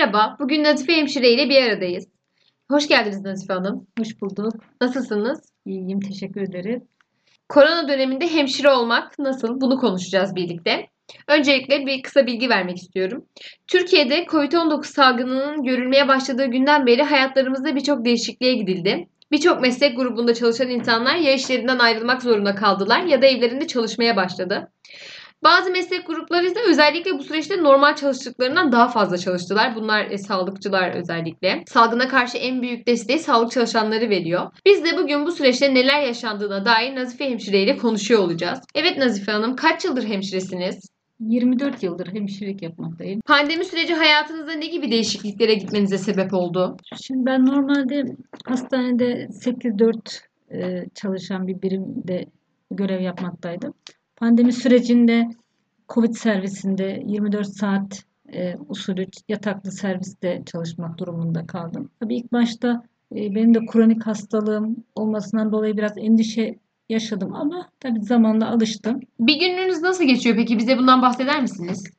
Merhaba, bugün Nazife Hemşire ile bir aradayız. Hoş geldiniz Nazife Hanım. Hoş bulduk. Nasılsınız? İyiyim, teşekkür ederim. Korona döneminde hemşire olmak nasıl? Bunu konuşacağız birlikte. Öncelikle bir kısa bilgi vermek istiyorum. Türkiye'de COVID-19 salgınının görülmeye başladığı günden beri hayatlarımızda birçok değişikliğe gidildi. Birçok meslek grubunda çalışan insanlar ya işlerinden ayrılmak zorunda kaldılar ya da evlerinde çalışmaya başladı. Bazı meslek grupları ise özellikle bu süreçte normal çalıştıklarından daha fazla çalıştılar. Bunlar sağlıkçılar özellikle. Salgına karşı en büyük desteği sağlık çalışanları veriyor. Biz de bugün bu süreçte neler yaşandığına dair Nazife Hemşire ile konuşuyor olacağız. Evet Nazife Hanım, kaç yıldır hemşiresiniz? 24 yıldır hemşirelik yapmaktayım. Pandemi süreci hayatınızda ne gibi değişikliklere gitmenize sebep oldu? Şimdi ben normalde hastanede 8-4 çalışan bir birimde görev yapmaktaydım. Pandemi sürecinde COVID servisinde 24 saat usulü yataklı serviste çalışmak durumunda kaldım. Tabii ilk başta benim de kronik hastalığım olmasından dolayı biraz endişe yaşadım ama tabii zamanla alıştım. Bir gününüz nasıl geçiyor peki? Bize bundan bahseder misiniz?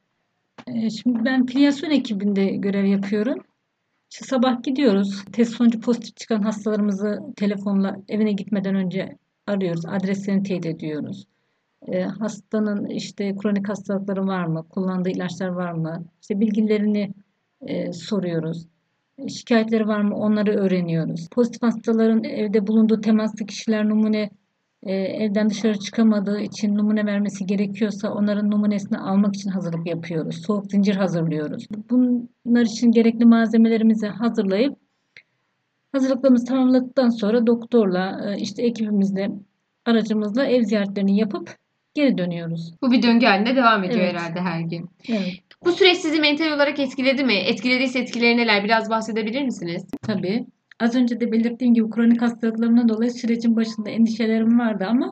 Şimdi ben filyasyon ekibinde görev yapıyorum. İşte sabah gidiyoruz. Test sonucu pozitif çıkan hastalarımızı telefonla evine gitmeden önce arıyoruz. Adreslerini teyit ediyoruz. Hastanın işte kronik hastalıkları var mı? Kullandığı ilaçlar var mı? İşte bilgilerini soruyoruz. Şikayetleri var mı? Onları öğreniyoruz. Pozitif hastaların evde bulunduğu temaslı kişiler numune evden dışarı çıkamadığı için numune vermesi gerekiyorsa onların numunesini almak için hazırlık yapıyoruz. Soğuk zincir hazırlıyoruz. Bunlar için gerekli malzemelerimizi hazırlayıp hazırlıklarımızı tamamladıktan sonra doktorla işte ekibimizle aracımızla ev ziyaretlerini yapıp geri dönüyoruz. Bu bir döngü halinde devam ediyor Evet, herhalde her gün. evet, Bu süreç sizi mental olarak etkiledi mi? Etkilediyse etkileri neler? Biraz bahsedebilir misiniz? tabii. Az önce de belirttiğim gibi kronik hastalıklarımdan dolayı sürecin başında endişelerim vardı ama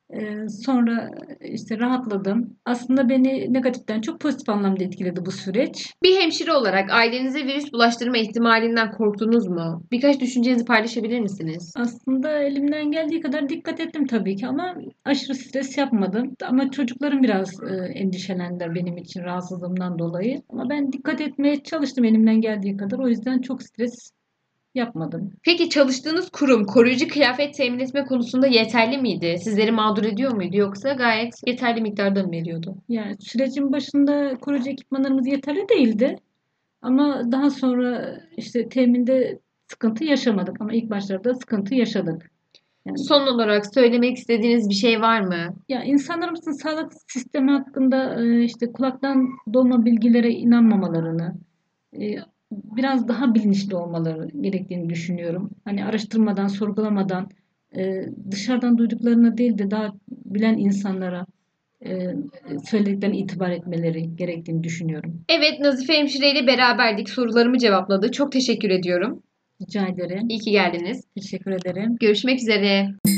sonra işte rahatladım. Aslında beni negatiften çok pozitif anlamda etkiledi bu süreç. Bir hemşire olarak ailenize virüs bulaştırma ihtimalinden korktunuz mu? Birkaç düşüncenizi paylaşabilir misiniz? Aslında elimden geldiği kadar dikkat ettim tabii ki ama aşırı stres yapmadım. Ama çocuklarım biraz endişelendiler benim için rahatsızlığımdan dolayı. Ama ben dikkat etmeye çalıştım elimden geldiği kadar. O yüzden çok stres yapmadım. Peki çalıştığınız kurum koruyucu kıyafet temin etme konusunda yeterli miydi? Sizleri mağdur ediyor muydu yoksa gayet yeterli miktarda mı veriyordu? Yani sürecin başında koruyucu ekipmanlarımız yeterli değildi. Ama daha sonra işte teminde sıkıntı yaşamadık. Ama ilk başlarda sıkıntı yaşadık. Yani Son olarak söylemek istediğiniz bir şey var mı? ya insanlarımızın sağlık sistemi hakkında işte kulaktan dolma bilgilere inanmamalarını, e, biraz daha bilinçli olmaları gerektiğini düşünüyorum. Hani araştırmadan, sorgulamadan, dışarıdan duyduklarına değil de daha bilen insanlara e, söylediklerine itibar etmeleri gerektiğini düşünüyorum. Evet, Nazife Hemşire ile beraberdik. Sorularımı cevapladı. Çok teşekkür ediyorum. Rica ederim. İyi ki geldiniz. Teşekkür ederim. Görüşmek üzere.